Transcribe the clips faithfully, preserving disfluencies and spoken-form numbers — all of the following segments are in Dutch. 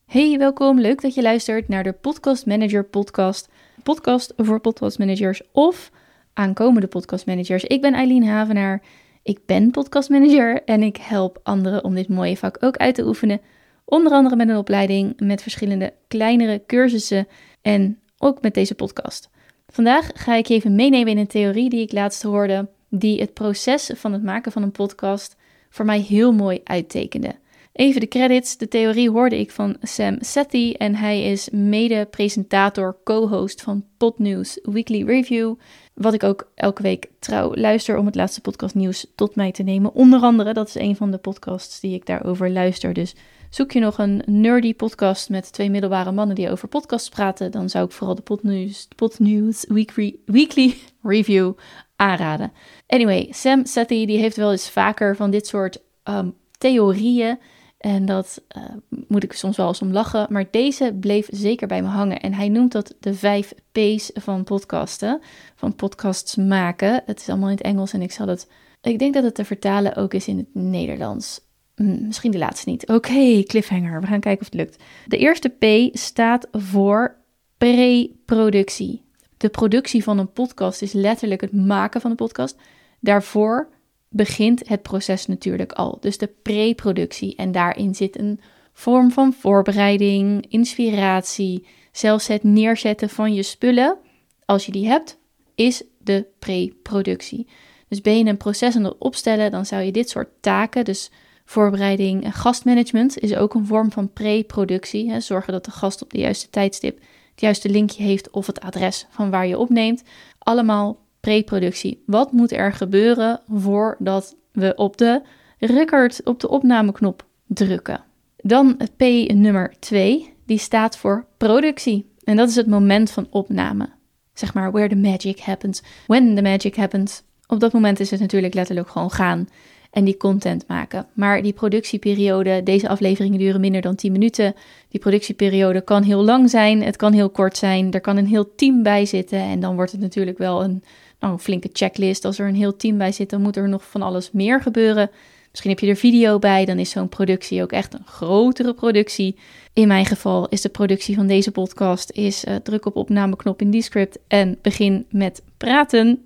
Hey, welkom. Leuk dat je luistert naar de Podcast Manager podcast. Podcast voor podcastmanagers of aankomende podcastmanagers. Ik ben Eileen Havenaar. Ik ben podcastmanager en ik help anderen om dit mooie vak ook uit te oefenen. Onder andere met een opleiding, met verschillende kleinere cursussen en ook met deze podcast. Vandaag ga ik je even meenemen in een theorie die ik laatst hoorde, die het proces van het maken van een podcast voor mij heel mooi uittekende. Even de credits. De theorie hoorde ik van Sam Sethi en hij is mede-presentator, co-host van Podnews Weekly Review, wat ik ook elke week trouw luister om het laatste podcastnieuws tot mij te nemen. Onder andere, dat is een van de podcasts die ik daarover luister. Dus zoek je nog een nerdy podcast met twee middelbare mannen die over podcasts praten, dan zou ik vooral de Podnews, Podnews Weekly, Weekly Review aanraden. Anyway, Sam Sethi die heeft wel eens vaker van dit soort um, theorieën. En dat uh, moet ik soms wel eens om lachen. Maar deze bleef zeker bij me hangen. En hij noemt dat de vijf P's van podcasten. Van podcasts maken. Het is allemaal in het Engels en ik zal het... Ik denk dat het te vertalen ook is in het Nederlands. Hm, misschien de laatste niet. Oké, okay, cliffhanger. We gaan kijken of het lukt. De eerste P staat voor pre-productie. De productie van een podcast is letterlijk het maken van een podcast. Daarvoor begint het proces natuurlijk al. Dus de pre-productie. En daarin zit een vorm van voorbereiding, inspiratie, zelfs het neerzetten van je spullen, als je die hebt, is de pre-productie. Dus ben je een proces aan het opstellen, dan zou je dit soort taken, dus voorbereiding en gastmanagement, is ook een vorm van pre-productie. Hè. Zorgen dat de gast op de juiste tijdstip het juiste linkje heeft of het adres van waar je opneemt. Allemaal pre-productie. Wat moet er gebeuren voordat we op de record, op de opnameknop drukken? Dan het P nummer twee, die staat voor productie. En dat is het moment van opname. Zeg maar, where the magic happens. When the magic happens. Op dat moment is het natuurlijk letterlijk gewoon gaan en die content maken. Maar die productieperiode, deze afleveringen duren minder dan tien minuten. Die productieperiode kan heel lang zijn, het kan heel kort zijn. Er kan een heel team bij zitten en dan wordt het natuurlijk wel een, nou, een flinke checklist. Als er een heel team bij zit, dan moet er nog van alles meer gebeuren. Misschien heb je er video bij, dan is zo'n productie ook echt een grotere productie. In mijn geval is de productie van deze podcast, is uh, druk op opnameknop in Descript en begin met praten.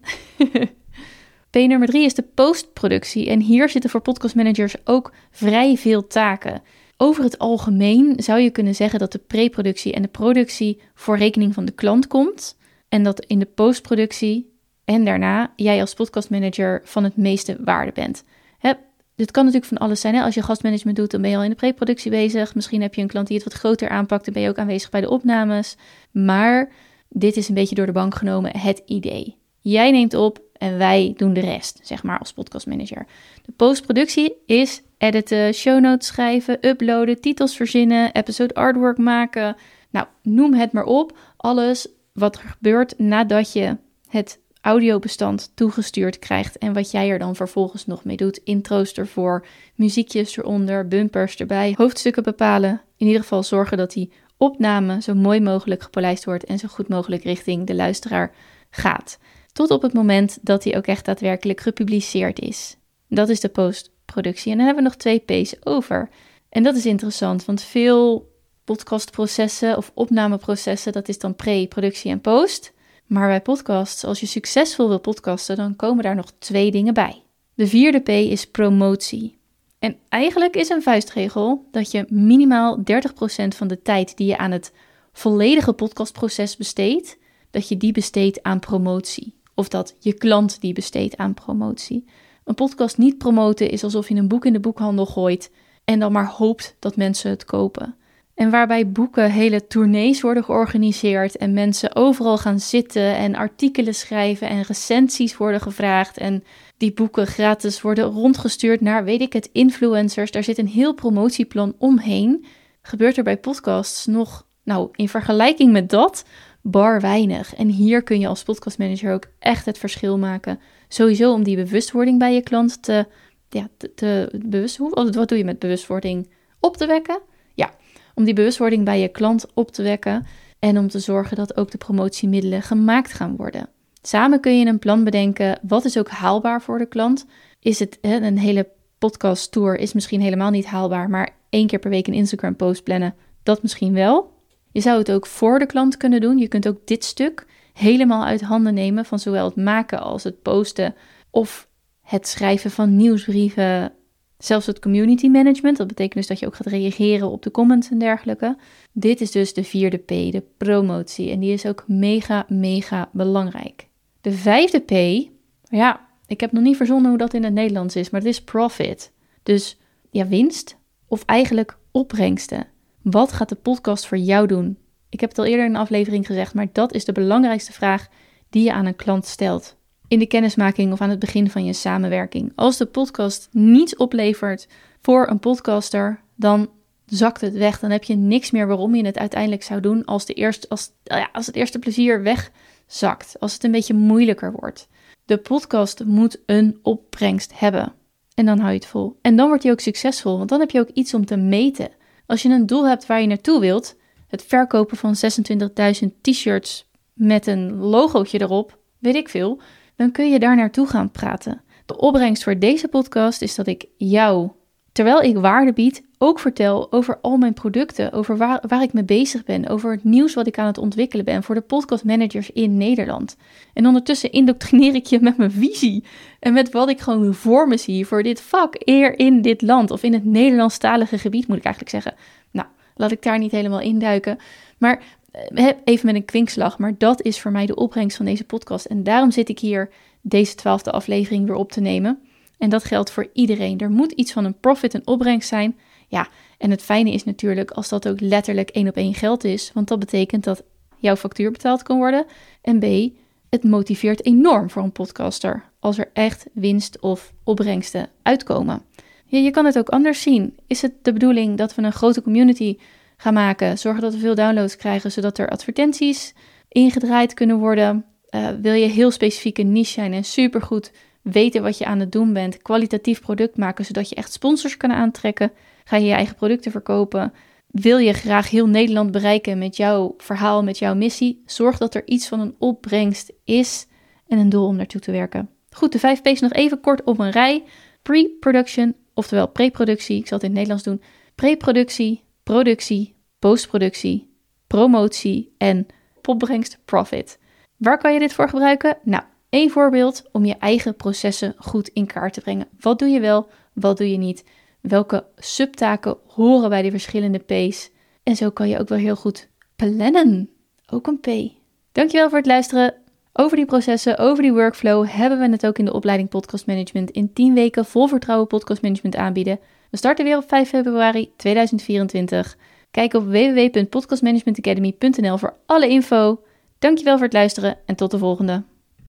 P nummer drie is de postproductie en hier zitten voor podcastmanagers ook vrij veel taken. Over het algemeen zou je kunnen zeggen dat de preproductie en de productie voor rekening van de klant komt en dat in de postproductie en daarna jij als podcastmanager van het meeste waarde bent. Hè, dit kan natuurlijk van alles zijn. Hè? Als je gastmanagement doet, dan ben je al in de preproductie bezig. Misschien heb je een klant die het wat groter aanpakt, dan ben je ook aanwezig bij de opnames. Maar dit is een beetje door de bank genomen het idee. Jij neemt op en wij doen de rest, zeg maar, als podcastmanager. De postproductie is editen, show notes schrijven, uploaden, titels verzinnen, episode artwork maken. Nou, noem het maar op. Alles wat er gebeurt nadat je het audiobestand toegestuurd krijgt en wat jij er dan vervolgens nog mee doet. Intro's ervoor, muziekjes eronder, bumpers erbij, hoofdstukken bepalen. In ieder geval zorgen dat die opname zo mooi mogelijk gepolijst wordt en zo goed mogelijk richting de luisteraar gaat. Tot op het moment dat die ook echt daadwerkelijk gepubliceerd is. Dat is de postproductie. En dan hebben we nog twee P's over. En dat is interessant, want veel podcastprocessen of opnameprocessen, dat is dan pre-productie en post. Maar bij podcasts, als je succesvol wil podcasten, dan komen daar nog twee dingen bij. De vierde P is promotie. En eigenlijk is een vuistregel dat je minimaal dertig procent van de tijd die je aan het volledige podcastproces besteedt, dat je die besteedt aan promotie. Of dat je klant die besteedt aan promotie. Een podcast niet promoten is alsof je een boek in de boekhandel gooit en dan maar hoopt dat mensen het kopen. En waarbij boeken hele tournees worden georganiseerd en mensen overal gaan zitten en artikelen schrijven en recensies worden gevraagd en die boeken gratis worden rondgestuurd naar, weet ik het, influencers. Daar zit een heel promotieplan omheen. Gebeurt er bij podcasts nog, nou, in vergelijking met dat, bar weinig. En hier kun je als podcastmanager ook echt het verschil maken. Sowieso om die bewustwording bij je klant te, ja, te, te bewust, wat doe je met bewustwording? Op te wekken? Ja, om die bewustwording bij je klant op te wekken en om te zorgen dat ook de promotiemiddelen gemaakt gaan worden. Samen kun je een plan bedenken, wat is ook haalbaar voor de klant. Is het hè, een hele podcast tour is misschien helemaal niet haalbaar, maar één keer per week een Instagram post plannen, Dat misschien wel. Je zou het ook voor de klant kunnen doen. Je kunt ook dit stuk helemaal uit handen nemen van zowel het maken als het posten of het schrijven van nieuwsbrieven. Zelfs het community management. Dat betekent dus dat je ook gaat reageren op de comments en dergelijke. Dit is dus de vierde P, de promotie. En die is ook mega, mega belangrijk. De vijfde P, ja, ik heb nog niet verzonnen hoe dat in het Nederlands is, maar het is profit. Dus ja, winst of eigenlijk opbrengsten. Wat gaat de podcast voor jou doen? Ik heb het al eerder in een aflevering gezegd, maar dat is de belangrijkste vraag die je aan een klant stelt. In de kennismaking of aan het begin van je samenwerking. Als de podcast niets oplevert voor een podcaster, dan zakt het weg. Dan heb je niks meer waarom je het uiteindelijk zou doen als, de eerste, als, ja, als het eerste plezier wegzakt. Als het een beetje moeilijker wordt. De podcast moet een opbrengst hebben. En dan hou je het vol. En dan wordt je ook succesvol, want dan heb je ook iets om te meten. Als je een doel hebt waar je naartoe wilt, het verkopen van zesentwintigduizend t-shirts met een logootje erop, weet ik veel, dan kun je daar naartoe gaan praten. De opbrengst voor deze podcast is dat ik jou, terwijl ik waarde bied, ook vertel over al mijn producten, over waar, waar ik mee bezig ben, over het nieuws wat ik aan het ontwikkelen ben voor de podcastmanagers in Nederland. En ondertussen indoctrineer ik je met mijn visie en met wat ik gewoon voor me zie voor dit vak eer in dit land, of in het Nederlandstalige gebied moet ik eigenlijk zeggen. Nou, laat ik daar niet helemaal induiken, maar even met een kwinkslag, maar dat is voor mij de opbrengst van deze podcast. En daarom zit ik hier deze twaalfde aflevering weer op te nemen. En dat geldt voor iedereen. Er moet iets van een profit en opbrengst zijn. Ja, en het fijne is natuurlijk als dat ook letterlijk één op één geld is. Want dat betekent dat jouw factuur betaald kan worden. En B, het motiveert enorm voor een podcaster als er echt winst of opbrengsten uitkomen. Ja, je kan het ook anders zien. Is het de bedoeling dat we een grote community gaan maken, zorgen dat we veel downloads krijgen, zodat er advertenties ingedraaid kunnen worden? Uh, wil je heel specifiek een niche zijn en supergoed weten wat je aan het doen bent, kwalitatief product maken, zodat je echt sponsors kan aantrekken? Ga je je eigen producten verkopen? Wil je graag heel Nederland bereiken met jouw verhaal, met jouw missie? Zorg dat er iets van een opbrengst is en een doel om naartoe te werken. Goed, de vijf P's nog even kort op een rij. Pre-production, oftewel pre-productie, ik zal het in het Nederlands doen. Pre-productie, productie, postproductie, promotie en opbrengst, profit. Waar kan je dit voor gebruiken? Nou, één voorbeeld om je eigen processen goed in kaart te brengen. Wat doe je wel, wat doe je niet? Welke subtaken horen bij de verschillende P's? En zo kan je ook wel heel goed plannen. Ook een P. Dankjewel voor het luisteren. Over die processen, over die workflow hebben we het ook in de opleiding Podcast Management in tien weken vol vertrouwen podcast management aanbieden. We starten weer op vijf februari tweeduizend vierentwintig. Kijk op w w w punt podcast management academy punt n l voor alle info. Dankjewel voor het luisteren en tot de volgende.